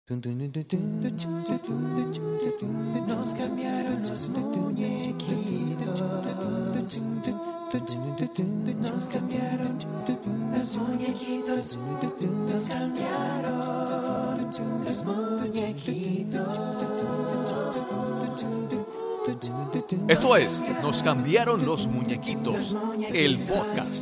Nos cambiaron los muñequitos. Nos cambiaron los muñequitos. Nos cambiaron los muñequitos. Esto es Nos cambiaron los muñequitos, el podcast.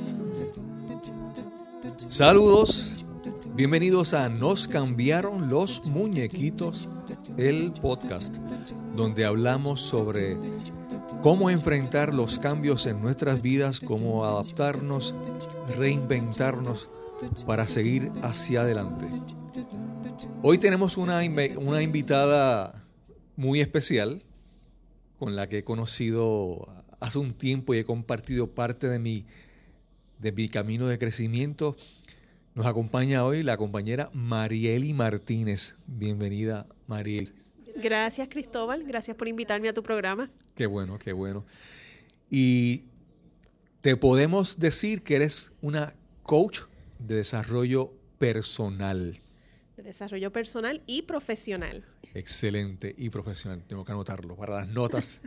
Saludos, bienvenidos a Nos cambiaron los muñequitos, el podcast, donde hablamos sobre cómo enfrentar los cambios en nuestras vidas, cómo adaptarnos, reinventarnos para seguir hacia adelante. Hoy tenemos una invitada muy especial, con la que he conocido hace un tiempo y he compartido parte de mi camino de crecimiento. Nos acompaña hoy la compañera Marieli Martínez. Bienvenida, Marieli. Gracias, Cristóbal. Gracias por invitarme a tu programa. Qué bueno, qué bueno. Y te podemos decir que eres una coach de desarrollo personal. De desarrollo personal y profesional. Excelente y profesional. Tengo que anotarlo para las notas.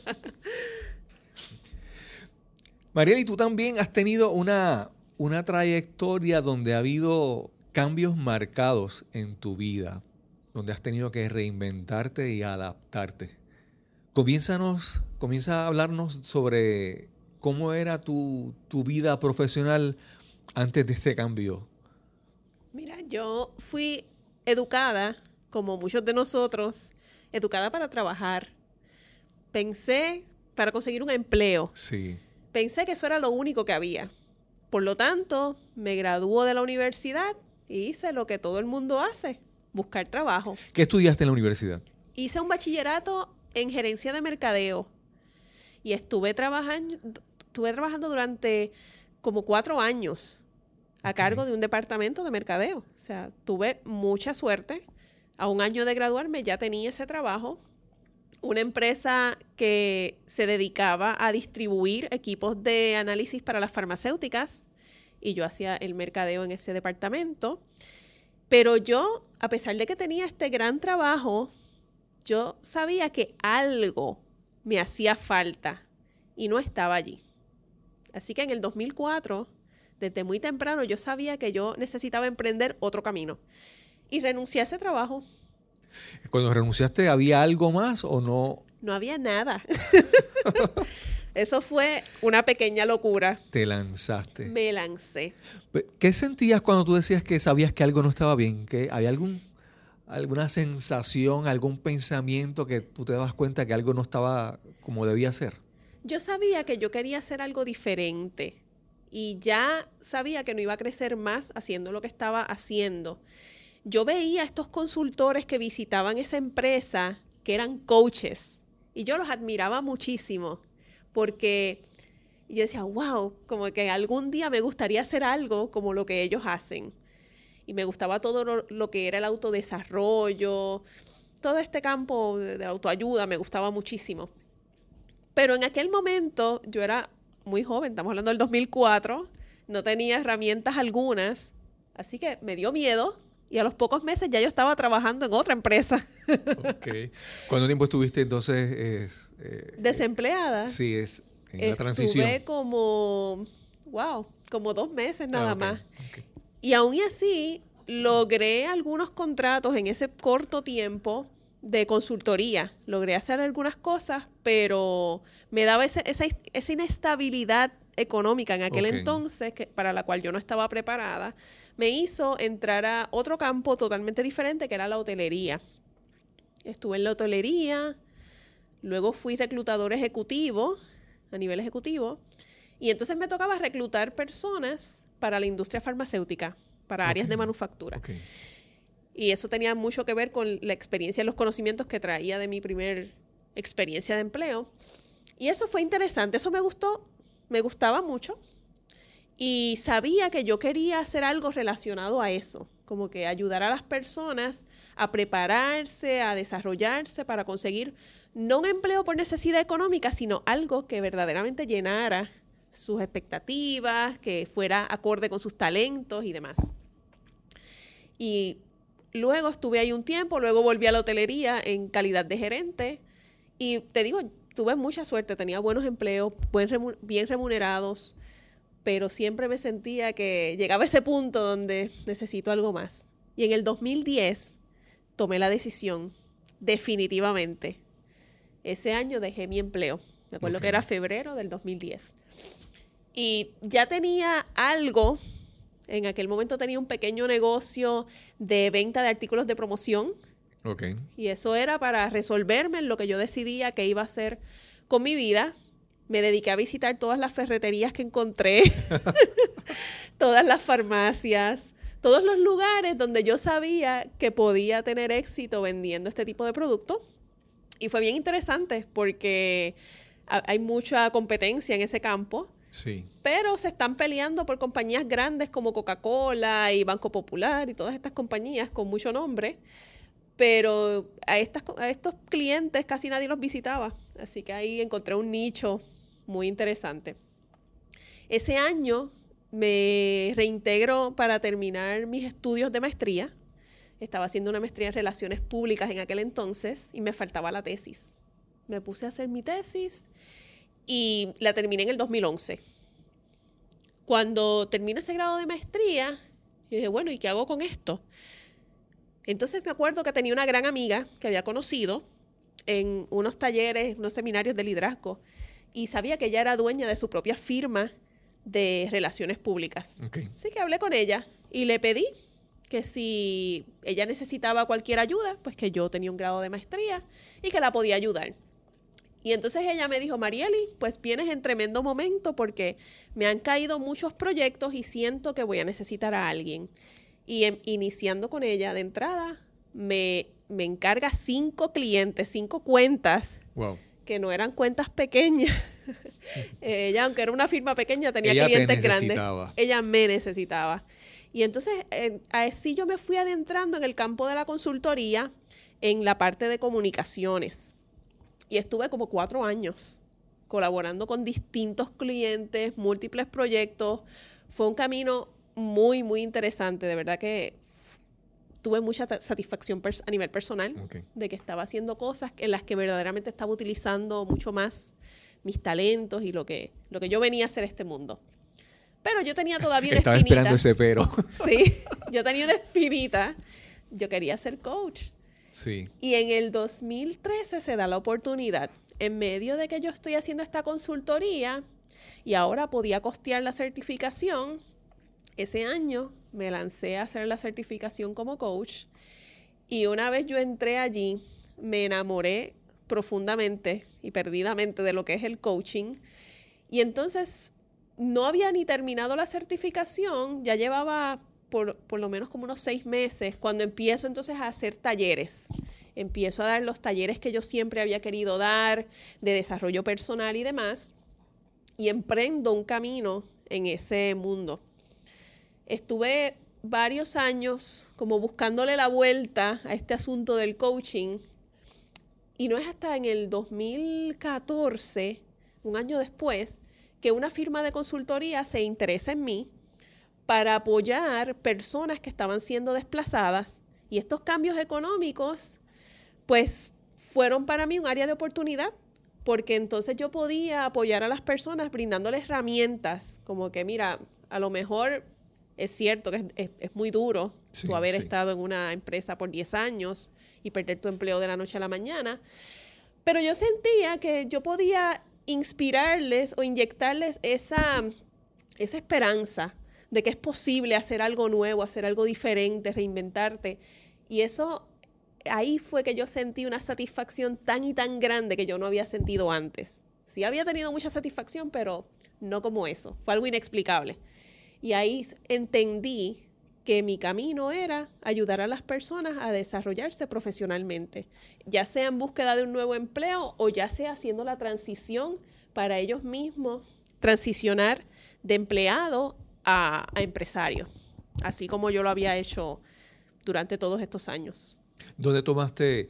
Marieli, tú también has tenido una trayectoria donde ha habido cambios marcados en tu vida, donde has tenido que reinventarte y adaptarte. Comienza a hablarnos sobre cómo era tu vida profesional antes de este cambio. Mira, yo fui educada, como muchos de nosotros, educada para trabajar. Pensé para conseguir un empleo. Sí. Pensé que eso era lo único que había. Por lo tanto, me graduó de la universidad y hice lo que todo el mundo hace, buscar trabajo. ¿Qué estudiaste en la universidad? Hice un bachillerato en gerencia de mercadeo y estuve trabajando durante como 4 años a cargo de un departamento de mercadeo. O sea, tuve mucha suerte. A un año de graduarme ya tenía ese trabajo. Una empresa que se dedicaba a distribuir equipos de análisis para las farmacéuticas y yo hacía el mercadeo en ese departamento. Pero yo, a pesar de que tenía este gran trabajo, yo sabía que algo me hacía falta y no estaba allí. Así que en el 2004, desde muy temprano, yo sabía que yo necesitaba emprender otro camino y renuncié a ese trabajo. Cuando renunciaste, ¿había algo más o no? No había nada. Eso fue una pequeña locura. Te lanzaste. Me lancé. ¿Qué sentías cuando tú decías que sabías que algo no estaba bien? ¿Que había alguna sensación, algún pensamiento que tú te dabas cuenta que algo no estaba como debía ser? Yo sabía que yo quería hacer algo diferente y ya sabía que no iba a crecer más haciendo lo que estaba haciendo. Yo veía a estos consultores que visitaban esa empresa que eran coaches y yo los admiraba muchísimo porque yo decía, wow, como que algún día me gustaría hacer algo como lo que ellos hacen. Y me gustaba todo lo que era el autodesarrollo, todo este campo de autoayuda me gustaba muchísimo. Pero en aquel momento yo era muy joven, estamos hablando del 2004, no tenía herramientas algunas, así que me dio miedo. Y a los pocos meses ya yo estaba trabajando en otra empresa. Ok. ¿Cuánto tiempo estuviste entonces? ¿Desempleada? Sí, en la transición. Estuve como 2 meses nada más. Okay. Y aún así logré algunos contratos en ese corto tiempo de consultoría. Logré hacer algunas cosas, pero me daba esa inestabilidad económica en aquel entonces para la cual yo no estaba preparada. Me hizo entrar a otro campo totalmente diferente, que era la hotelería. Estuve en la hotelería, luego fui reclutador ejecutivo, a nivel ejecutivo, y entonces me tocaba reclutar personas para la industria farmacéutica, para áreas de manufactura. Okay. Y eso tenía mucho que ver con la experiencia y los conocimientos que traía de mi primer experiencia de empleo. Y eso fue interesante, eso me gustaba mucho. Y sabía que yo quería hacer algo relacionado a eso, como que ayudar a las personas a prepararse, a desarrollarse para conseguir no un empleo por necesidad económica, sino algo que verdaderamente llenara sus expectativas, que fuera acorde con sus talentos y demás. Y luego estuve ahí un tiempo, luego volví a la hotelería en calidad de gerente. Y te digo, tuve mucha suerte, tenía buenos empleos, bien remunerados, pero siempre me sentía que llegaba a ese punto donde necesito algo más. Y en el 2010 tomé la decisión, definitivamente. Ese año dejé mi empleo. Me acuerdo que era febrero del 2010. Y ya tenía algo, en aquel momento tenía un pequeño negocio de venta de artículos de promoción. Okay. Y eso era para resolverme en lo que yo decidía que iba a hacer con mi vida. Me dediqué a visitar todas las ferreterías que encontré, todas las farmacias, todos los lugares donde yo sabía que podía tener éxito vendiendo este tipo de productos. Y fue bien interesante porque hay mucha competencia en ese campo. Sí. Pero se están peleando por compañías grandes como Coca-Cola y Banco Popular y todas estas compañías con mucho nombre. Pero a estos clientes casi nadie los visitaba. Así que ahí encontré un nicho muy interesante. Ese año me reintegro para terminar mis estudios de maestría. Estaba haciendo una maestría en Relaciones Públicas en aquel entonces y me faltaba la tesis. Me puse a hacer mi tesis y la terminé en el 2011. Cuando termino ese grado de maestría, dije, bueno, ¿y qué hago con esto? Entonces me acuerdo que tenía una gran amiga que había conocido en unos talleres, unos seminarios de liderazgo, y sabía que ella era dueña de su propia firma de relaciones públicas. Okay. Así que hablé con ella y le pedí que si ella necesitaba cualquier ayuda, pues que yo tenía un grado de maestría y que la podía ayudar. Y entonces ella me dijo, Marieli, pues vienes en tremendo momento porque me han caído muchos proyectos y siento que voy a necesitar a alguien. Y iniciando con ella de entrada, me encarga 5 clientes, 5 cuentas, wow, que no eran cuentas pequeñas. Ella, aunque era una firma pequeña, tenía ella clientes grandes. Ella me necesitaba. Y entonces, así yo me fui adentrando en el campo de la consultoría, en la parte de comunicaciones. Y estuve como 4 años colaborando con distintos clientes, múltiples proyectos. Fue un camino muy, muy interesante. De verdad que tuve mucha satisfacción a nivel personal de que estaba haciendo cosas en las que verdaderamente estaba utilizando mucho más mis talentos y lo que yo venía a hacer este mundo. Pero yo tenía todavía una estaba espinita. esperando ese pero. Sí, yo tenía una espinita. Yo quería ser coach. Sí. Y en el 2013 se da la oportunidad. En medio de que yo estoy haciendo esta consultoría y ahora podía costear la certificación, ese año me lancé a hacer la certificación como coach. Y una vez yo entré allí, me enamoré profundamente y perdidamente de lo que es el coaching. Y entonces no había ni terminado la certificación, ya llevaba por lo menos como unos 6 meses, cuando empiezo entonces a hacer talleres. Empiezo a dar los talleres que yo siempre había querido dar, de desarrollo personal y demás, y emprendo un camino en ese mundo. Estuve varios años como buscándole la vuelta a este asunto del coaching, y no es hasta en el 2014, un año después, que una firma de consultoría se interesa en mí para apoyar personas que estaban siendo desplazadas. Y estos cambios económicos, pues, fueron para mí un área de oportunidad, porque entonces yo podía apoyar a las personas brindándoles herramientas, como que, mira, a lo mejor es cierto que es muy duro tú haber estado en una empresa por 10 años y perder tu empleo de la noche a la mañana, pero yo sentía que yo podía inspirarles o inyectarles esa esperanza de que es posible hacer algo nuevo, hacer algo diferente, reinventarte. Y eso, ahí fue que yo sentí una satisfacción tan y tan grande que yo no había sentido antes. Sí había tenido mucha satisfacción, pero no como eso. Fue algo inexplicable. Y ahí entendí que mi camino era ayudar a las personas a desarrollarse profesionalmente, ya sea en búsqueda de un nuevo empleo o ya sea haciendo la transición para ellos mismos, transicionar de empleado a empresario, así como yo lo había hecho durante todos estos años. ¿Dónde tomaste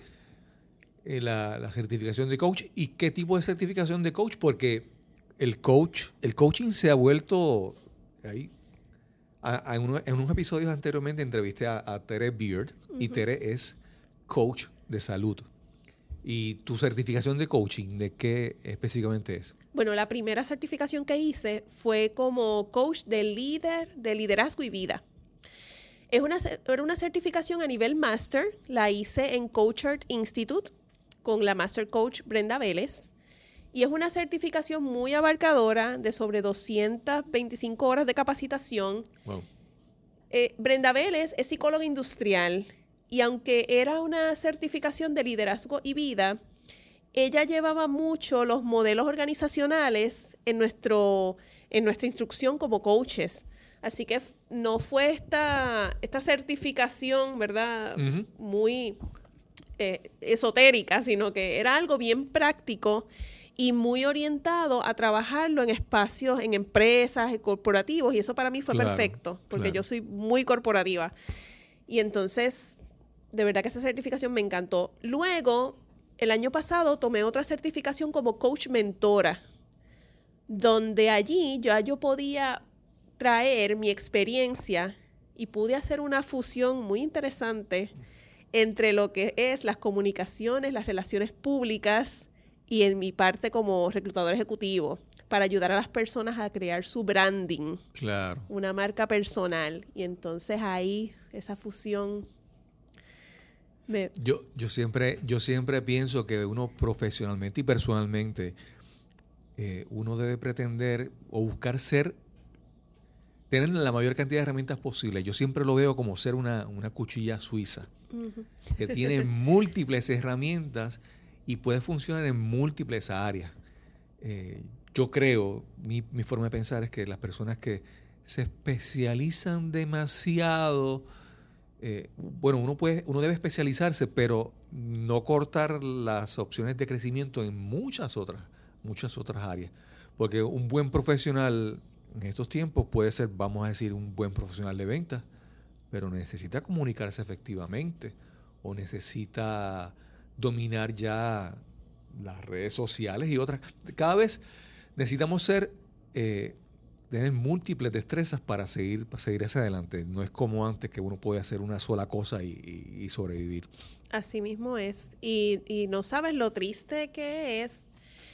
la certificación de coach? ¿Y qué tipo de certificación de coach? Porque el coaching se ha vuelto... Ahí, en unos episodios anteriormente entrevisté a Tere Beard, y Tere es coach de salud. ¿Y tu certificación de coaching, de qué específicamente es? Bueno, la primera certificación que fue como coach de liderazgo y vida. Era una certificación a nivel máster, la hice en CoachArt Institute con la Master Coach Brenda Vélez. Y es una certificación muy abarcadora de sobre 225 horas de capacitación. Wow. Brenda Vélez es psicóloga industrial y aunque era una certificación de liderazgo y vida, ella llevaba mucho los modelos organizacionales en nuestra instrucción como coaches. Así que no fue esta certificación, ¿verdad? Uh-huh. Muy esotérica, sino que era algo bien práctico y muy orientado a trabajarlo en espacios, en empresas, en corporativos. Y eso para mí fue perfecto, porque yo soy muy corporativa. Y entonces, de verdad que esa certificación me encantó. Luego, el año pasado, tomé otra certificación como coach mentora, donde allí yo podía traer mi experiencia y pude hacer una fusión muy interesante entre lo que es las comunicaciones, las relaciones públicas y en mi parte como reclutador ejecutivo para ayudar a las personas a crear su branding, claro, una marca personal. Y entonces ahí esa fusión Yo siempre pienso que uno profesionalmente y personalmente uno debe pretender o buscar tener la mayor cantidad de herramientas posible. Yo siempre lo veo como ser una cuchilla suiza, uh-huh, que tiene múltiples herramientas y puede funcionar en múltiples áreas. Yo creo, mi forma de pensar es que las personas que se especializan demasiado, uno debe especializarse, pero no cortar las opciones de crecimiento en muchas otras áreas. Porque un buen profesional en estos tiempos puede ser, vamos a decir, un buen profesional de ventas, pero necesita comunicarse efectivamente o necesita dominar ya las redes sociales y otras. Cada vez necesitamos tener múltiples destrezas para seguir hacia adelante. No es como antes que uno puede hacer una sola cosa y sobrevivir. Así mismo es. Y no sabes lo triste que es.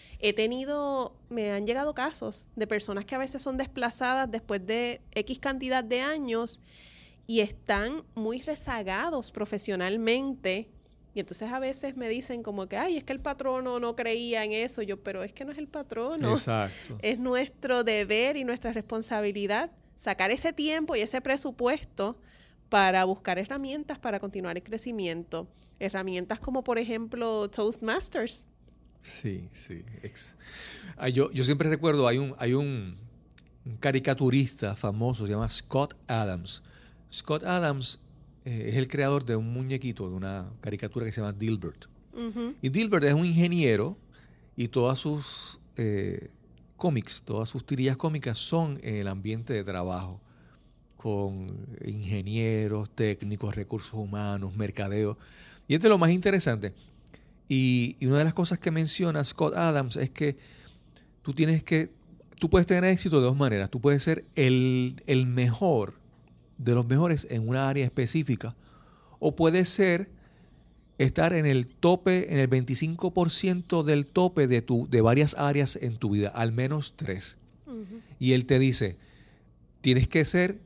Me han llegado casos de personas que a veces son desplazadas después de X cantidad de años y están muy rezagados profesionalmente. Y entonces a veces me dicen como que, ay, es que el patrono no creía en eso. Pero es que no es el patrono. Exacto. Es nuestro deber y nuestra responsabilidad sacar ese tiempo y ese presupuesto para buscar herramientas para continuar el crecimiento. Herramientas como, por ejemplo, Toastmasters. Sí. Yo siempre recuerdo, hay un caricaturista famoso, se llama Scott Adams. Scott Adams es el creador de un muñequito, de una caricatura que se llama Dilbert. Uh-huh. Y Dilbert es un ingeniero y todas sus cómics, todas sus tirillas cómicas son en el ambiente de trabajo, con ingenieros, técnicos, recursos humanos, mercadeo. Y esto es lo más interesante. Y una de las cosas que menciona Scott Adams es que tú puedes tener éxito de dos maneras. Tú puedes ser el mejor de los mejores en una área específica, o puedes estar en el tope, en el 25% del tope de varias áreas en tu vida, al menos 3. Uh-huh. Y él te dice, tienes que ser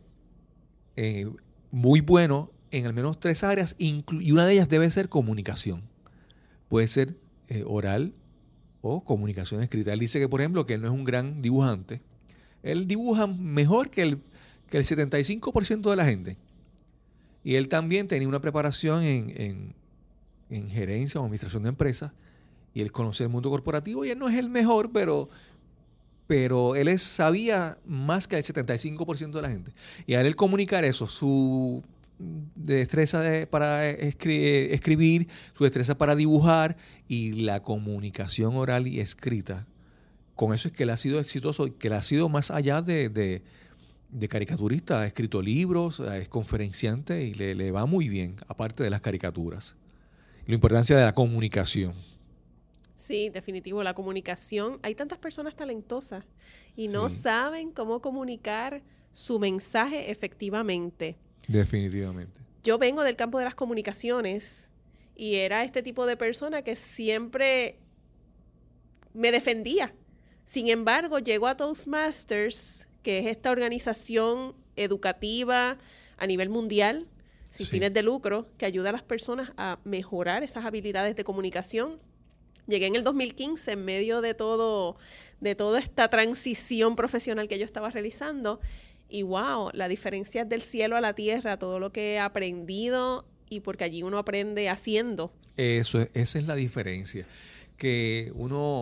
muy bueno en al menos 3 áreas, y una de ellas debe ser comunicación. Puede ser oral o comunicación escrita. Él dice que, por ejemplo, que él no es un gran dibujante. Él dibuja mejor que el 75% de la gente. Y él también tenía una preparación en gerencia o administración de empresas. Y él conoce el mundo corporativo y él no es el mejor, pero él sabía más que el 75% de la gente. Y al él comunicar eso, su destreza para escribir, su destreza para dibujar y la comunicación oral y escrita, con eso es que él ha sido exitoso y que él ha sido más allá de caricaturista, ha escrito libros, es conferenciante y le va muy bien, aparte de las caricaturas. La importancia de la comunicación. Sí, definitivo, la comunicación. Hay tantas personas talentosas y no saben cómo comunicar su mensaje efectivamente. Definitivamente. yo vengo del campo de las comunicaciones y era este tipo de persona que siempre me defendía. Sin embargo, llego a Toastmasters, que es esta organización educativa a nivel mundial, sin fines de lucro, que ayuda a las personas a mejorar esas habilidades de comunicación. Llegué en el 2015 en medio de toda esta transición profesional que yo estaba realizando y wow, la diferencia es del cielo a la tierra, todo lo que he aprendido y porque allí uno aprende haciendo. Esa es la diferencia, que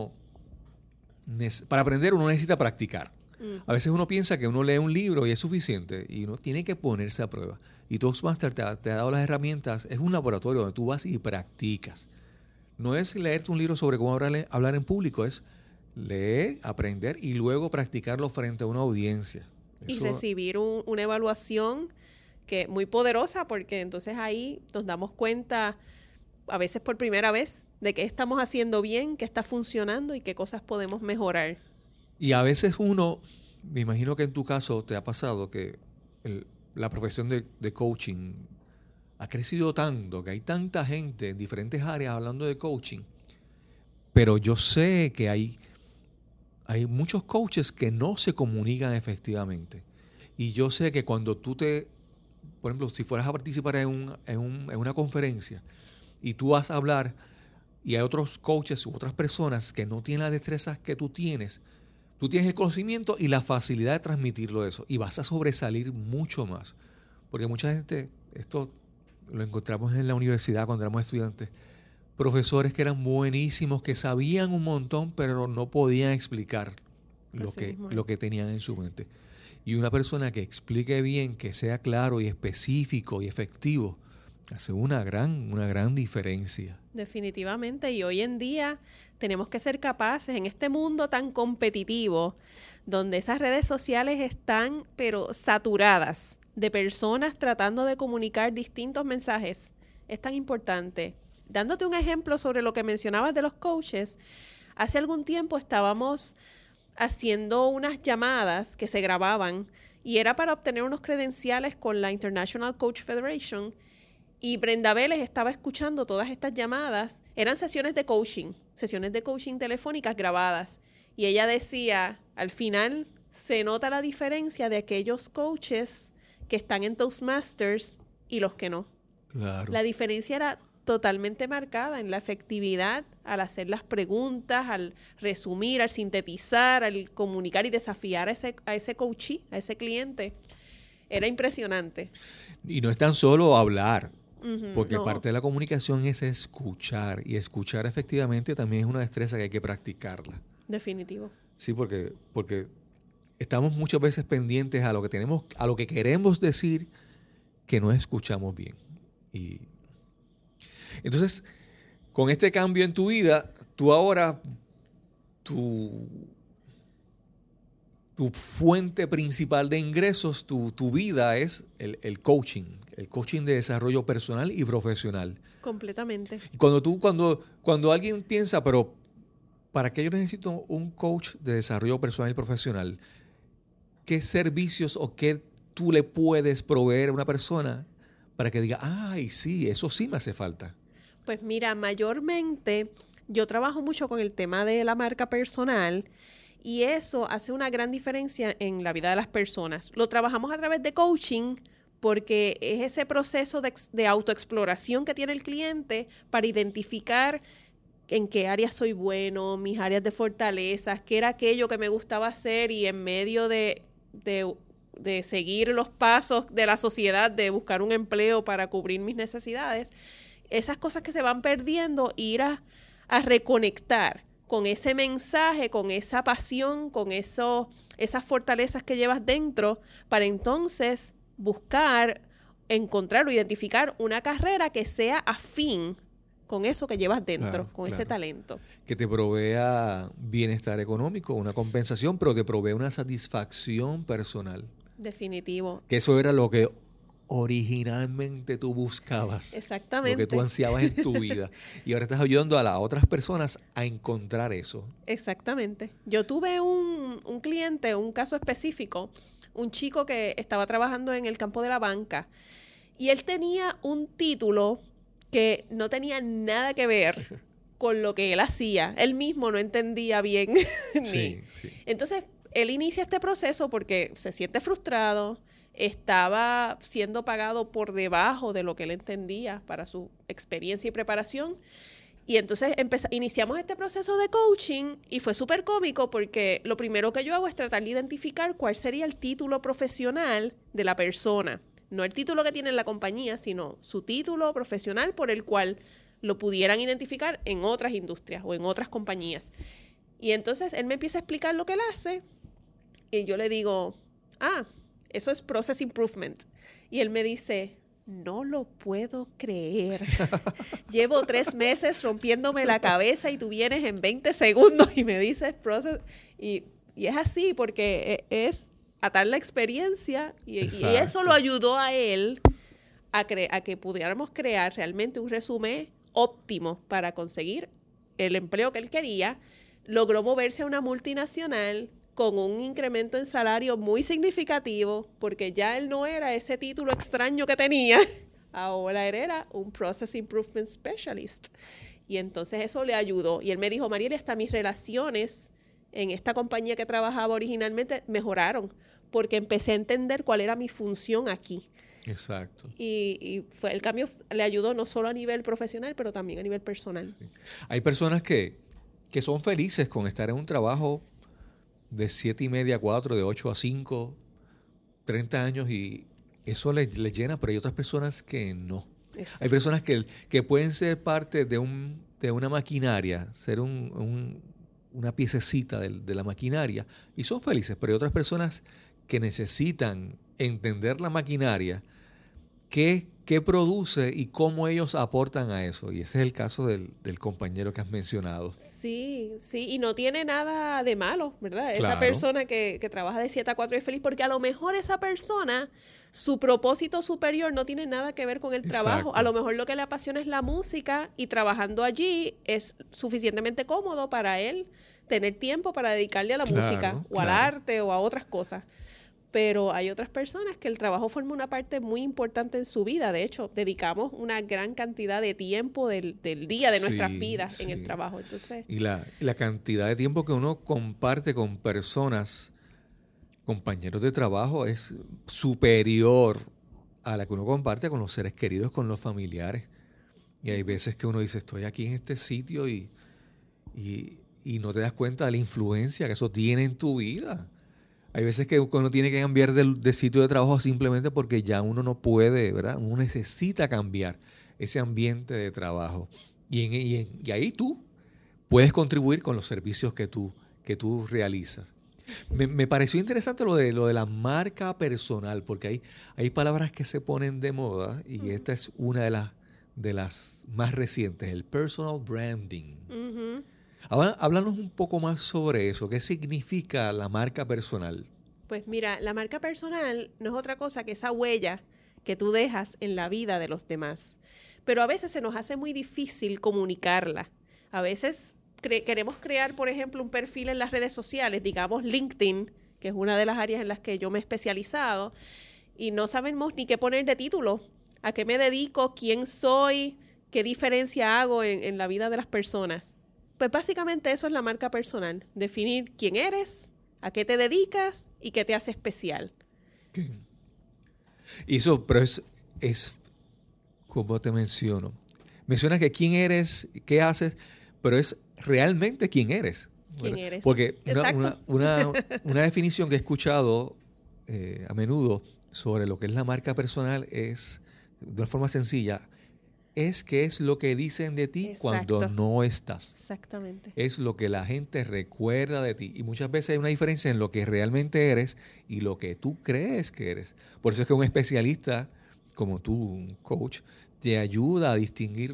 para aprender uno necesita practicar. A veces uno piensa que uno lee un libro y es suficiente y uno tiene que ponerse a prueba. Y Toastmasters te ha dado las herramientas, es un laboratorio donde tú vas y practicas. No es leerte un libro sobre cómo hablar en público, es leer, aprender y luego practicarlo frente a una audiencia. Y recibir una evaluación que muy poderosa, porque entonces ahí nos damos cuenta, a veces por primera vez, de qué estamos haciendo bien, qué está funcionando y qué cosas podemos mejorar. Y a veces uno, me imagino que en tu caso te ha pasado que la profesión de coaching ha crecido tanto, que hay tanta gente en diferentes áreas hablando de coaching, pero yo sé que hay muchos coaches que no se comunican efectivamente. Y yo sé que cuando tú por ejemplo, si fueras a participar en una conferencia y tú vas a hablar y hay otros coaches u otras personas que no tienen las destrezas que tú tienes el conocimiento y la facilidad de transmitirlo eso y vas a sobresalir mucho más. Porque mucha gente, esto lo encontramos en la universidad cuando éramos estudiantes, profesores que eran buenísimos, que sabían un montón, pero no podían explicar lo que tenían en su mente. Y una persona que explique bien, que sea claro y específico y efectivo, hace una gran diferencia. Definitivamente, y hoy en día tenemos que ser capaces, en este mundo tan competitivo, donde esas redes sociales están, pero saturadas de personas tratando de comunicar distintos mensajes, es tan importante. Dándote un ejemplo sobre lo que mencionabas de los coaches, hace algún tiempo estábamos haciendo unas llamadas que se grababan y era para obtener unos credenciales con la International Coach Federation y Brenda Vélez estaba escuchando todas estas llamadas. Eran sesiones de coaching telefónicas grabadas y ella decía, al final se nota la diferencia de aquellos coaches que están en Toastmasters y los que no. Claro. La diferencia era totalmente marcada en la efectividad al hacer las preguntas, al resumir, al sintetizar, al comunicar y desafiar a ese coachee, a ese cliente. Era impresionante. Y no es tan solo hablar, porque no. parte de la comunicación es escuchar, y escuchar efectivamente también es una destreza que hay que practicarla. Definitivo. Sí, porque estamos muchas veces pendientes a lo que queremos decir, que no escuchamos bien. Y entonces, con este cambio en tu vida, tú ahora, tu fuente principal de ingresos, tu vida es el coaching de desarrollo personal y profesional. Completamente. Y cuando alguien piensa, pero ¿para qué yo necesito un coach de desarrollo personal y profesional? ¿Qué servicios o qué tú le puedes proveer a una persona para que diga, ay, sí, eso sí me hace falta? Pues mira, mayormente yo trabajo mucho con el tema de la marca personal y eso hace una gran diferencia en la vida de las personas. Lo trabajamos a través de coaching porque es ese proceso de autoexploración que tiene el cliente para identificar en qué áreas soy bueno, mis áreas de fortalezas, qué era aquello que me gustaba hacer y en medio de seguir los pasos de la sociedad, de buscar un empleo para cubrir mis necesidades, esas cosas que se van perdiendo, ir a reconectar con ese mensaje, con esa pasión, con esas fortalezas que llevas dentro, para entonces buscar, encontrar o identificar una carrera que sea afín con eso que llevas dentro, con ese talento. Que te provea bienestar económico, una compensación, pero te provee una satisfacción personal. Definitivo. Que eso era lo que originalmente tú buscabas. Exactamente. Lo que tú ansiabas en tu vida. Y ahora estás ayudando a las otras personas a encontrar eso. Exactamente. Yo tuve un cliente, un caso específico, un chico que estaba trabajando en el campo de la banca Y él tenía un título que no tenía nada que ver con lo que él hacía. Él mismo no entendía bien. Sí. Entonces, él inicia este proceso porque se siente frustrado, estaba siendo pagado por debajo de lo que él entendía para su experiencia y preparación. Y entonces iniciamos este proceso de coaching y fue súper cómico porque lo primero que yo hago es tratar de identificar cuál sería el título profesional de la persona. No el título que tiene en la compañía, sino su título profesional por el cual lo pudieran identificar en otras industrias o en otras compañías. Y entonces él me empieza a explicar lo que él hace y yo le digo, eso es Process Improvement. Y él me dice, no lo puedo creer. Llevo 3 meses rompiéndome la cabeza y tú vienes en 20 segundos y me dices Process. Y es así porque es atar la experiencia y eso lo ayudó a él a que pudiéramos crear realmente un resumen óptimo para conseguir el empleo que él quería. Logró moverse a una multinacional con un incremento en salario muy significativo, porque ya él no era ese título extraño que tenía, ahora él era un Process Improvement Specialist. Y entonces eso le ayudó. Y él me dijo, Marieli, hasta mis relaciones en esta compañía que trabajaba originalmente mejoraron, porque empecé a entender cuál era mi función aquí. Exacto. Y el cambio le ayudó no solo a nivel profesional, pero también a nivel personal. Sí. Hay personas que son felices con estar en un trabajo de 7:30 a 4, de 8 a 5, 30 años y eso les llena, pero hay otras personas que no. Exacto. Hay personas que pueden ser parte de una maquinaria, ser una piececita de la maquinaria y son felices, pero hay otras personas que necesitan entender la maquinaria, qué produce y cómo ellos aportan a eso. Y ese es el caso del compañero que has mencionado. Sí, y no tiene nada de malo, ¿verdad? Claro. Esa persona que trabaja de 7 a 4 y es feliz, porque a lo mejor esa persona, su propósito superior no tiene nada que ver con el trabajo. A lo mejor lo que le apasiona es la música y trabajando allí es suficientemente cómodo para él tener tiempo para dedicarle a la música o al arte o a otras cosas. Pero hay otras personas que el trabajo forma una parte muy importante en su vida. De hecho, dedicamos una gran cantidad de tiempo del día de nuestras vidas en el trabajo. Entonces, y la cantidad de tiempo que uno comparte con personas, compañeros de trabajo, es superior a la que uno comparte con los seres queridos, con los familiares. Y hay veces que uno dice, estoy aquí en este sitio y no te das cuenta de la influencia que eso tiene en tu vida. Hay veces que uno tiene que cambiar de sitio de trabajo simplemente porque ya uno no puede, ¿verdad? Uno necesita cambiar ese ambiente de trabajo. Y ahí tú puedes contribuir con los servicios que tú realizas. Me pareció interesante lo de la marca personal, porque hay palabras que se ponen de moda y esta es una de las más recientes, el personal branding. Uh-huh. Ahora, háblanos un poco más sobre eso. ¿Qué significa la marca personal? Pues mira, la marca personal no es otra cosa que esa huella que tú dejas en la vida de los demás. Pero a veces se nos hace muy difícil comunicarla. A veces queremos crear, por ejemplo, un perfil en las redes sociales, digamos LinkedIn, que es una de las áreas en las que yo me he especializado, y no sabemos ni qué poner de título, a qué me dedico, quién soy, qué diferencia hago en la vida de las personas. Pues básicamente eso es la marca personal, definir quién eres, a qué te dedicas y qué te hace especial. Okay. Y eso, pero es como te menciono. Mencionas que quién eres, qué haces, pero es realmente quién eres. ¿Quién eres? Porque una definición que he escuchado a menudo sobre lo que es la marca personal es, de una forma sencilla, es qué es lo que dicen de ti cuando no estás. Exactamente. Es lo que la gente recuerda de ti. Y muchas veces hay una diferencia en lo que realmente eres y lo que tú crees que eres. Por eso es que un especialista como tú, un coach, te ayuda a distinguir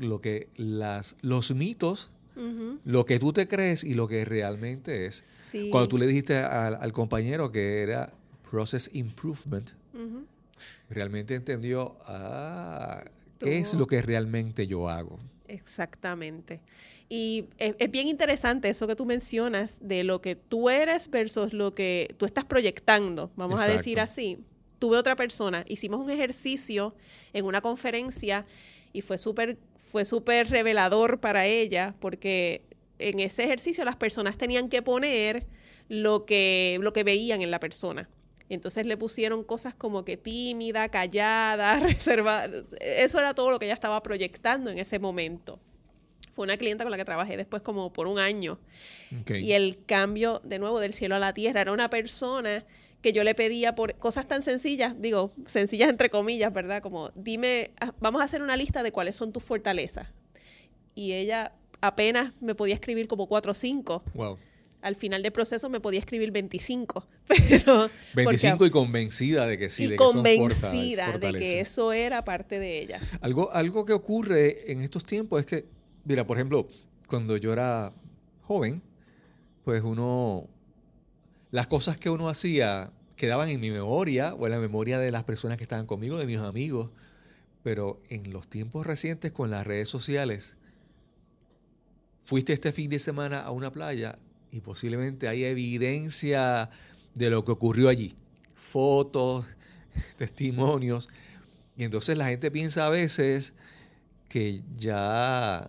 los mitos, uh-huh, lo que tú te crees y lo que realmente es. Sí. Cuando tú le dijiste al compañero que era Process Improvement, uh-huh, realmente entendió, ¿qué es lo que realmente yo hago? Exactamente. Y es bien interesante eso que tú mencionas de lo que tú eres versus lo que tú estás proyectando, vamos a decir así. tuve otra persona, hicimos un ejercicio en una conferencia y fue súper revelador para ella, porque en ese ejercicio las personas tenían que poner lo que veían en la persona. Entonces le pusieron cosas como que tímida, callada, reservada. Eso era todo lo que ella estaba proyectando en ese momento. Fue una clienta con la que trabajé después como por un año. Okay. Y el cambio, de nuevo, del cielo a la tierra, era una persona que yo le pedía por cosas tan sencillas, digo, sencillas entre comillas, ¿verdad? Como, dime, vamos a hacer una lista de cuáles son tus fortalezas. Y ella apenas me podía escribir como 4 o 5. Wow. Al final del proceso me podía escribir 25. Pero 25 y convencida de que sí, y de que son convencida fortalezas. de que eso era parte de ella. Algo que ocurre en estos tiempos es que, mira, por ejemplo, cuando yo era joven, pues las cosas que uno hacía quedaban en mi memoria o en la memoria de las personas que estaban conmigo, de mis amigos. Pero en los tiempos recientes con las redes sociales, fuiste este fin de semana a una playa y posiblemente hay evidencia de lo que ocurrió allí. Fotos, testimonios. Y entonces la gente piensa a veces que ya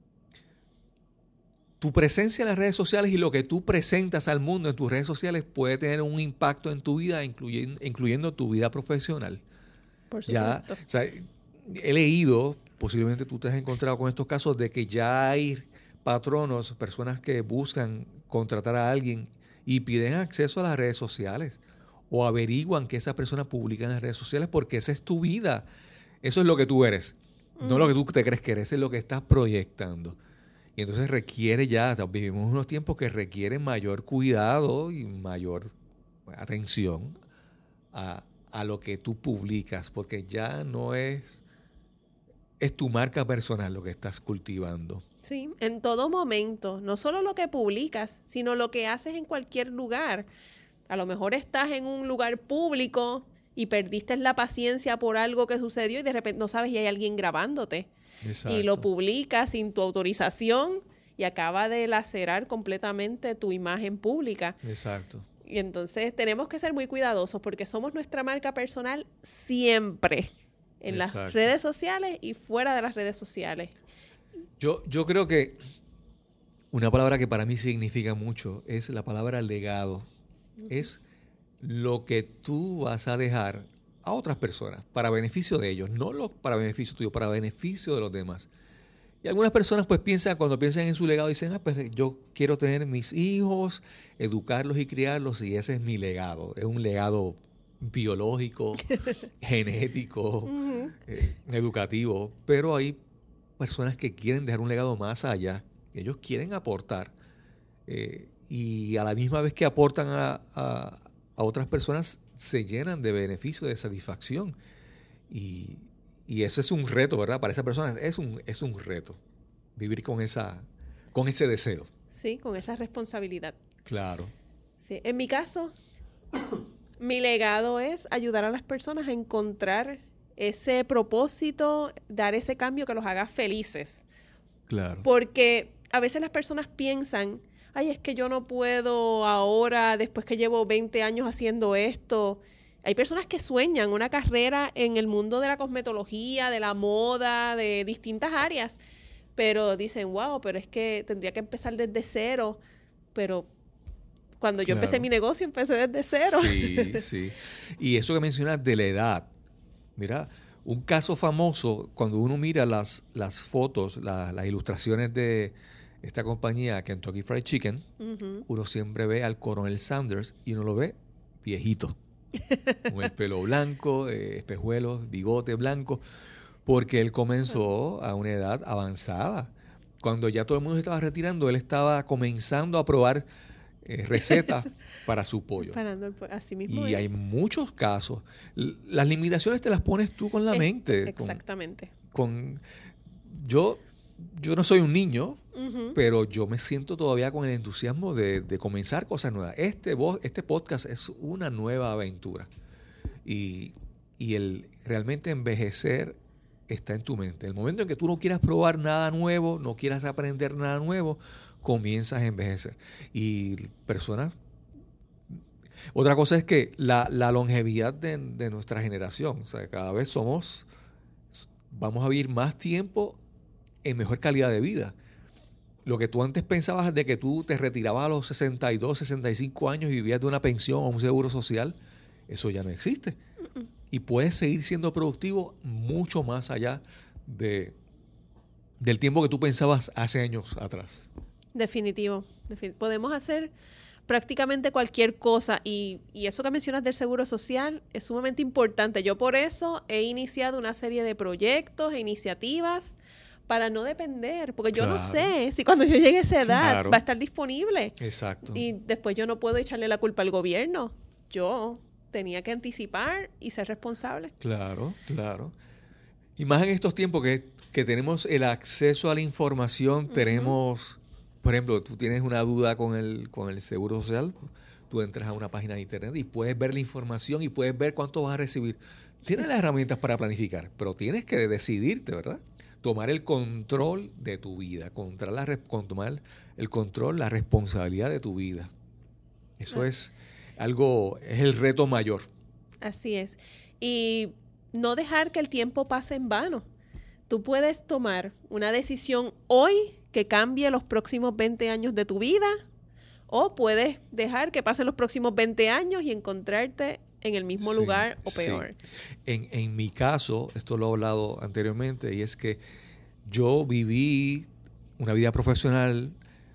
tu presencia en las redes sociales y lo que tú presentas al mundo en tus redes sociales puede tener un impacto en tu vida, incluyendo tu vida profesional. Por supuesto. Ya, o sea, he leído, posiblemente tú te has encontrado con estos casos de que ya hay patronos, personas que buscan contratar a alguien y piden acceso a las redes sociales o averiguan que esa persona publica en las redes sociales porque esa es tu vida. Eso es lo que tú eres. No lo que tú te crees que eres, es lo que estás proyectando. Y entonces vivimos unos tiempos que requieren mayor cuidado y mayor atención a lo que tú publicas, porque ya no es tu marca personal lo que estás cultivando. Sí, en todo momento, no solo lo que publicas, sino lo que haces en cualquier lugar. A lo mejor estás en un lugar público y perdiste la paciencia por algo que sucedió y de repente no sabes y hay alguien grabándote. Exacto. Y lo publicas sin tu autorización y acaba de lacerar completamente tu imagen pública. Exacto. Y entonces tenemos que ser muy cuidadosos porque somos nuestra marca personal siempre, en Exacto. las redes sociales y fuera de las redes sociales. Yo creo que una palabra que para mí significa mucho es la palabra legado. Es lo que tú vas a dejar a otras personas para beneficio de ellos, no para beneficio tuyo, para beneficio de los demás. Y algunas personas pues cuando piensan en su legado dicen, pues yo quiero tener mis hijos, educarlos y criarlos y ese es mi legado. Es un legado biológico, genético, educativo, pero hay personas que quieren dejar un legado más allá. Ellos quieren aportar y a la misma vez que aportan a otras personas se llenan de beneficio, de satisfacción. Y ese es un reto, ¿verdad? Para esa persona es un reto vivir con ese deseo. Sí, con esa responsabilidad. Claro. Sí. En mi caso, mi legado es ayudar a las personas a encontrar ese propósito, dar ese cambio que los haga felices. Claro. Porque a veces las personas piensan, ay, es que yo no puedo ahora, después que llevo 20 años haciendo esto. Hay personas que sueñan una carrera en el mundo de la cosmetología, de la moda, de distintas áreas, pero dicen, wow, pero es que tendría que empezar desde cero. Pero cuando yo empecé mi negocio, empecé desde cero. Sí, sí. Y eso que mencionas de la edad, mira, un caso famoso, cuando uno mira las fotos, las ilustraciones de esta compañía, Kentucky Fried Chicken, uno siempre ve al Coronel Sanders y uno lo ve viejito. Con el pelo blanco, espejuelos, bigote blanco, porque él comenzó a una edad avanzada. Cuando ya todo el mundo se estaba retirando, él estaba comenzando a probar recetas para su pollo. Así mismo y hay muchos casos. Las limitaciones te las pones tú con la mente. Exactamente. Yo no soy un niño, pero yo me siento todavía con el entusiasmo de comenzar cosas nuevas. Este podcast es una nueva aventura. Y el realmente envejecer está en tu mente. El momento en que tú no quieras probar nada nuevo, no quieras aprender nada nuevo, comienzas a envejecer. Y personas Otra cosa es que la longevidad de nuestra generación, o sea, cada vez vamos a vivir más tiempo en mejor calidad de vida. Lo que tú antes pensabas de que tú te retirabas a los 62, 65 años y vivías de una pensión o un seguro social, eso ya no existe. Y puedes seguir siendo productivo mucho más allá del tiempo que tú pensabas hace años atrás. Definitivo. Podemos hacer prácticamente cualquier cosa y eso que mencionas del seguro social es sumamente importante. Yo por eso he iniciado una serie de proyectos e iniciativas para no depender, porque yo no sé si cuando yo llegue a esa edad va a estar disponible. Exacto. Y después yo no puedo echarle la culpa al gobierno. Yo tenía que anticipar y ser responsable. Claro. Y más en estos tiempos que tenemos el acceso a la información, tenemos, por ejemplo, tú tienes una duda con el seguro social, tú entras a una página de internet y puedes ver la información y puedes ver cuánto vas a recibir. Tienes las herramientas para planificar, pero tienes que decidirte, ¿verdad? Tomar el control de tu vida, tomar el control, la responsabilidad de tu vida. Eso es el reto mayor. Así es. Y no dejar que el tiempo pase en vano. Tú puedes tomar una decisión hoy que cambie los próximos 20 años de tu vida, o puedes dejar que pasen los próximos 20 años y encontrarte en el mismo lugar o peor. En mi caso, esto lo he hablado anteriormente, y es que yo viví una vida profesional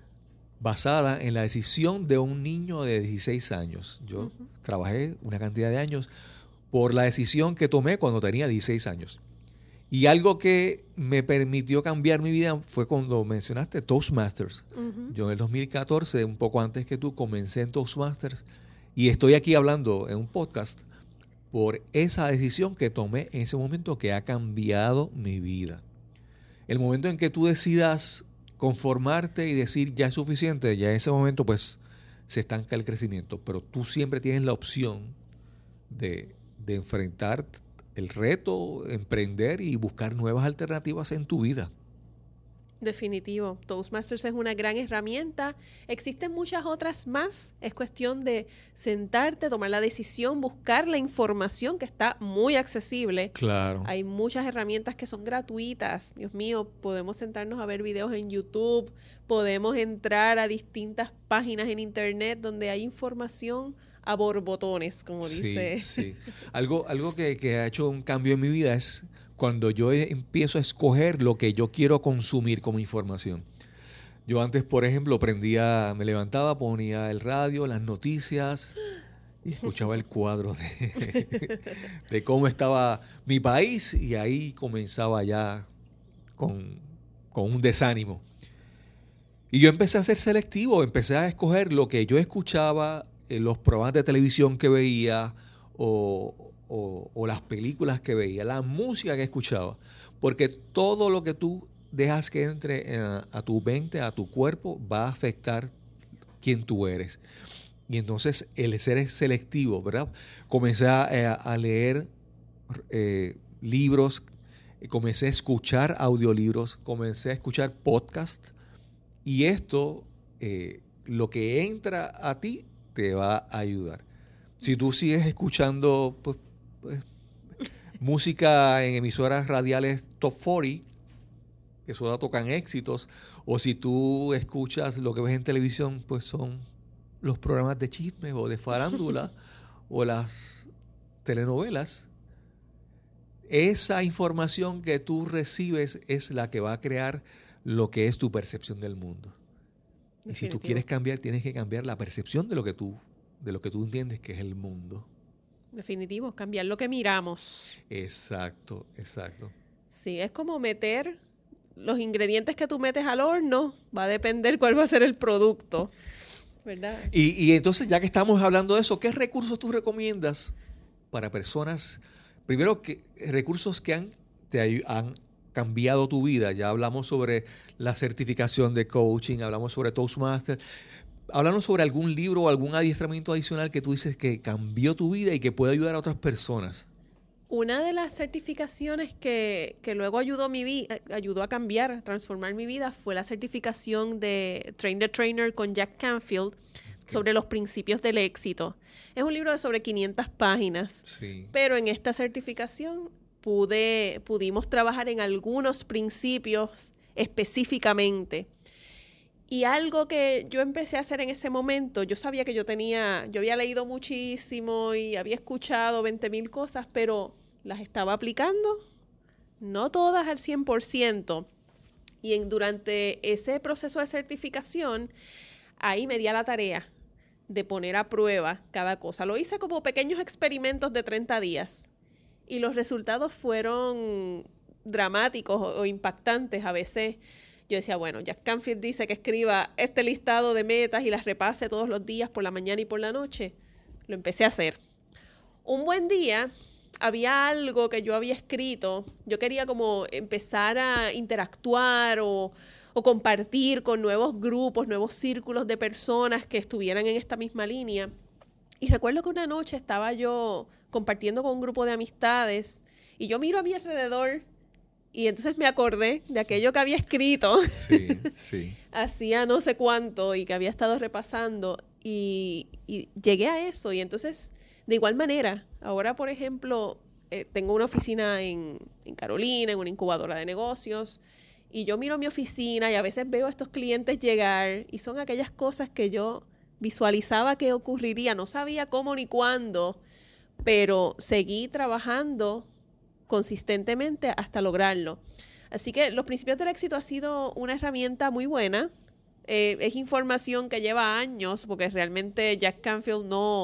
basada en la decisión de un niño de 16 años. Yo trabajé una cantidad de años por la decisión que tomé cuando tenía 16 años. Y algo que me permitió cambiar mi vida fue cuando mencionaste Toastmasters. Yo en el 2014, un poco antes que tú, comencé en Toastmasters y estoy aquí hablando en un podcast por esa decisión que tomé en ese momento que ha cambiado mi vida. El momento en que tú decidas conformarte y decir ya es suficiente, ya en ese momento pues se estanca el crecimiento, pero tú siempre tienes la opción de enfrentar el reto, emprender y buscar nuevas alternativas en tu vida. Definitivo. Toastmasters es una gran herramienta. Existen muchas otras más. Es cuestión de sentarte, tomar la decisión, buscar la información que está muy accesible. Claro. Hay muchas herramientas que son gratuitas. Dios mío, podemos sentarnos a ver videos en YouTube, podemos entrar a distintas páginas en internet donde hay información a borbotones, como dice. Sí. Algo que ha hecho un cambio en mi vida es cuando yo empiezo a escoger lo que yo quiero consumir como información. Yo antes, por ejemplo, me levantaba, ponía el radio, las noticias y escuchaba el cuadro de cómo estaba mi país, y ahí comenzaba ya con un desánimo. Y yo empecé a ser selectivo, empecé a escoger lo que yo escuchaba, los programas de televisión que veía o las películas que veía, la música que escuchaba, porque todo lo que tú dejas que entre a tu mente, a tu cuerpo, va a afectar quién tú eres. Y entonces el ser selectivo, ¿verdad? Comencé a leer libros, comencé a escuchar audiolibros, comencé a escuchar podcasts, y esto, lo que entra a ti, te va a ayudar. Si tú sigues escuchando pues, música en emisoras radiales top 40, que solo tocan éxitos, o si tú escuchas lo que ves en televisión, pues son los programas de chisme o de farándula o las telenovelas, esa información que tú recibes es la que va a crear lo que es tu percepción del mundo. Y si tú quieres cambiar, tienes que cambiar la percepción de lo que tú entiendes que es el mundo. Definitivo, cambiar lo que miramos. Exacto. Sí, es como meter los ingredientes que tú metes al horno, va a depender cuál va a ser el producto, ¿verdad? Y entonces, ya que estamos hablando de eso, ¿qué recursos tú recomiendas para personas? Primero, recursos que te han cambiado tu vida. Ya hablamos sobre la certificación de coaching, hablamos sobre Toastmasters. Háblanos sobre algún libro o algún adiestramiento adicional que tú dices que cambió tu vida y que puede ayudar a otras personas. Una de las certificaciones que luego ayudó a cambiar, a transformar mi vida, fue la certificación de Train the Trainer con Jack Canfield, sobre los principios del éxito. Es un libro de sobre 500 páginas, Sí. pero en esta certificación pudimos trabajar en algunos principios específicamente. Y algo que yo empecé a hacer en ese momento, yo sabía que yo había leído muchísimo y había escuchado 20,000 cosas, pero las estaba aplicando, no todas al 100%. Y durante ese proceso de certificación, ahí me di a la tarea de poner a prueba cada cosa. Lo hice como pequeños experimentos de 30 días. Y los resultados fueron dramáticos o impactantes a veces. Yo decía, bueno, Jack Canfield dice que escriba este listado de metas y las repase todos los días por la mañana y por la noche. Lo empecé a hacer. Un buen día había algo que yo había escrito. Yo quería como empezar a interactuar o compartir con nuevos grupos, nuevos círculos de personas que estuvieran en esta misma línea. Y recuerdo que una noche estaba yo compartiendo con un grupo de amistades y yo miro a mi alrededor y entonces me acordé de aquello que había escrito Sí, sí. hacía no sé cuánto y que había estado repasando y llegué a eso. Y entonces, de igual manera, ahora, por ejemplo, tengo una oficina en Carolina, en una incubadora de negocios, y yo miro mi oficina y a veces veo a estos clientes llegar y son aquellas cosas que yo visualizaba que ocurriría, no sabía cómo ni cuándo, pero seguí trabajando consistentemente hasta lograrlo. Así que los principios del éxito ha sido una herramienta muy buena. Es información que lleva años, porque realmente Jack Canfield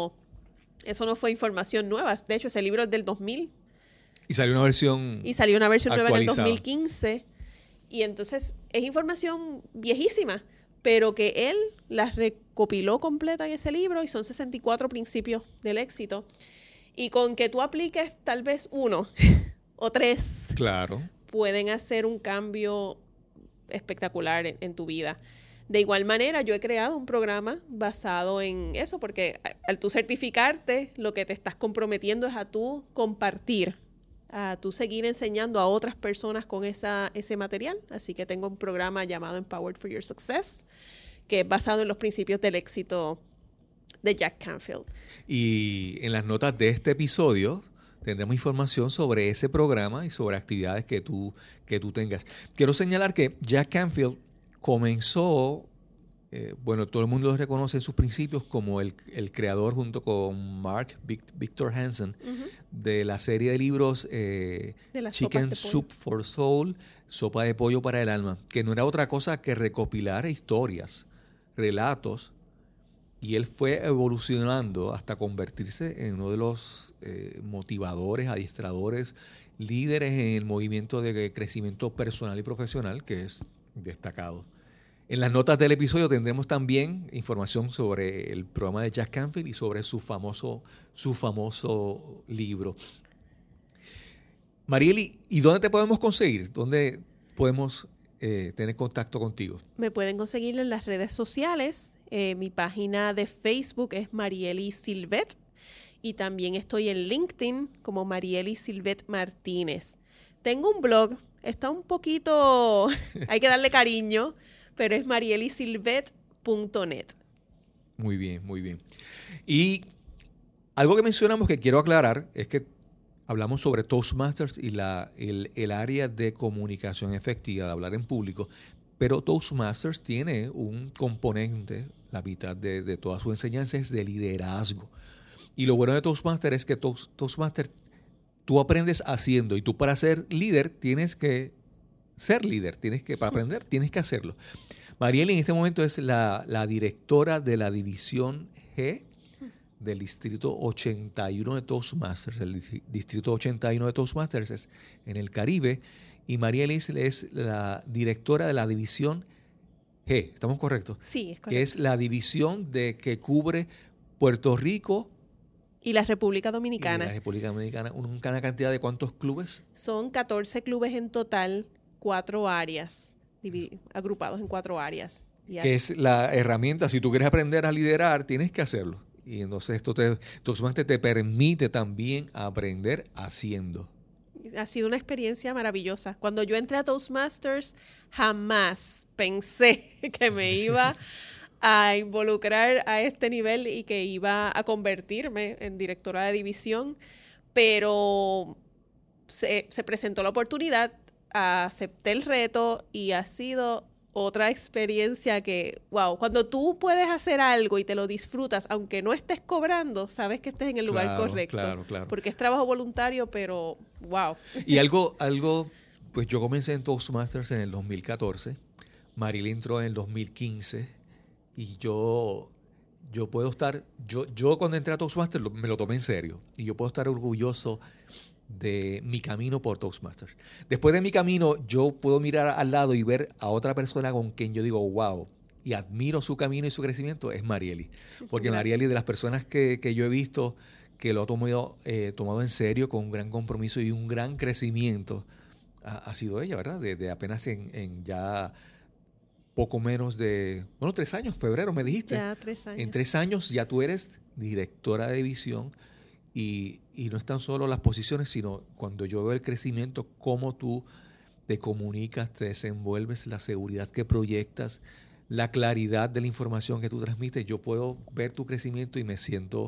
eso no fue información nueva. De hecho, ese libro es del 2000. Y salió una versión nueva en el actualizada. 2015. Y entonces es información viejísima, pero que él las recopiló completa en ese libro y son 64 principios del éxito. Y con que tú apliques tal vez 1 o 3, Claro. pueden hacer un cambio espectacular en tu vida. De igual manera, yo he creado un programa basado en eso, porque al tú certificarte, lo que te estás comprometiendo es a tú compartir, a tú seguir enseñando a otras personas con ese material. Así que tengo un programa llamado Empowered for Your Success, que es basado en los principios del éxito de Jack Canfield. Y en las notas de este episodio tendremos información sobre ese programa y sobre actividades que tú tengas. Quiero señalar que Jack Canfield comenzó, todo el mundo lo reconoce en sus principios como el creador junto con Mark Victor Hansen de la serie de libros Chicken Soup for Soul, Sopa de Pollo para el Alma, que no era otra cosa que recopilar historias, relatos, y él fue evolucionando hasta convertirse en uno de los motivadores, adiestradores, líderes en el movimiento de crecimiento personal y profesional, que es destacado. En las notas del episodio tendremos también información sobre el programa de Jack Canfield y sobre su famoso libro. Marieli, ¿y dónde te podemos conseguir? ¿Dónde podemos tener contacto contigo? Me pueden conseguir en las redes sociales. Mi página de Facebook es Marieli Silvet y también estoy en LinkedIn como Marieli Silvet Martínez. Tengo un blog, está un poquito, hay que darle cariño, pero es marielisilvet.net. Muy bien, muy bien. Y algo que mencionamos que quiero aclarar es que hablamos sobre Toastmasters y el área de comunicación efectiva, de hablar en público, pero Toastmasters tiene un componente, la mitad de toda su enseñanza es de liderazgo. Y lo bueno de Toastmasters es que Toastmasters tú aprendes haciendo, y tú para ser líder tienes que ser líder, para aprender tienes que hacerlo. Marieli en este momento es la directora de la división G del Distrito 81 de Toastmasters. El Distrito 81 de Toastmasters es en el Caribe, y Marieli es la directora de la división G, ¿estamos correctos? Sí, es correcto. Que es la división que cubre Puerto Rico y la República Dominicana. Y la República Dominicana, una cantidad de ¿cuántos clubes? Son 14 clubes en total, 4 áreas, agrupados en 4 áreas. Que es la herramienta, si tú quieres aprender a liderar, tienes que hacerlo. Y entonces Toastmasters te permite también aprender haciendo. Ha sido una experiencia maravillosa. Cuando yo entré a Toastmasters, jamás pensé que me iba a involucrar a este nivel y que iba a convertirme en directora de división, pero se presentó la oportunidad, acepté el reto y ha sido otra experiencia que, wow, cuando tú puedes hacer algo y te lo disfrutas, aunque no estés cobrando, sabes que estés en el lugar correcto. Claro. Porque es trabajo voluntario, pero wow. Y algo, pues yo comencé en Toastmasters en el 2014, Marieli entró en el 2015 y yo puedo estar, yo cuando entré a Toastmasters me lo tomé en serio y yo puedo estar orgulloso de mi camino por Toastmasters. Después de mi camino, yo puedo mirar al lado y ver a otra persona con quien yo digo, wow, y admiro su camino y su crecimiento, es Marieli. Porque Marieli, de las personas que yo he visto que lo ha tomado en serio, con un gran compromiso y un gran crecimiento, ha sido ella, ¿verdad? De apenas en ya poco menos de, 3 años, febrero me dijiste. Ya 3 años. En 3 años ya tú eres directora de división. Y no es tan solo las posiciones, sino cuando yo veo el crecimiento, cómo tú te comunicas, te desenvuelves, la seguridad que proyectas, la claridad de la información que tú transmites, yo puedo ver tu crecimiento y me siento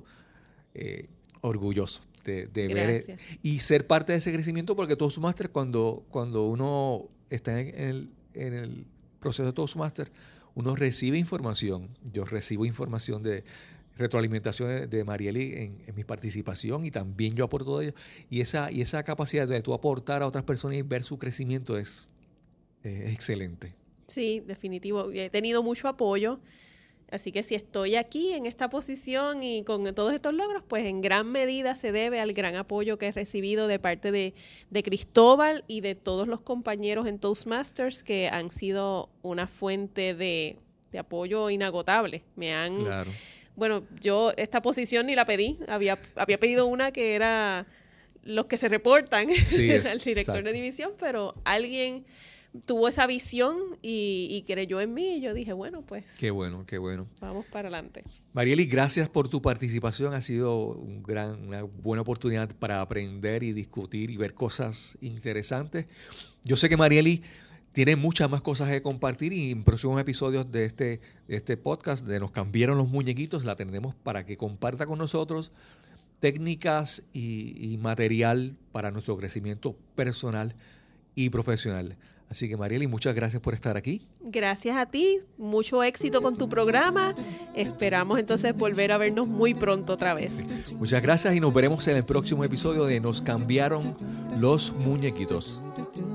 orgulloso de ver y ser parte de ese crecimiento, porque Toastmasters, cuando uno está en el proceso de Toastmasters, uno recibe información. Yo recibo información de retroalimentación de Marieli en mi participación y también yo aporto de ello. Y esa capacidad de tú aportar a otras personas y ver su crecimiento es excelente. Sí, definitivo. He tenido mucho apoyo. Así que si estoy aquí en esta posición y con todos estos logros, pues en gran medida se debe al gran apoyo que he recibido de parte de Cristóbal y de todos los compañeros en Toastmasters, que han sido una fuente de apoyo inagotable. Claro. Bueno, yo esta posición ni la pedí. Había pedido una que era los que se reportan al director de división, pero alguien tuvo esa visión y creyó en mí y yo dije, bueno, pues... Qué bueno. Vamos para adelante. Marieli, gracias por tu participación. Ha sido una buena oportunidad para aprender y discutir y ver cosas interesantes. Yo sé que Marieli tiene muchas más cosas que compartir y en próximos episodios de este podcast de Nos Cambiaron los Muñequitos la tendremos para que comparta con nosotros técnicas y material para nuestro crecimiento personal y profesional. Así que Marieli, muchas gracias por estar aquí. Gracias a ti, mucho éxito con tu programa. Esperamos entonces volver a vernos muy pronto otra vez. Sí. Muchas gracias y nos veremos en el próximo episodio de Nos Cambiaron los Muñequitos.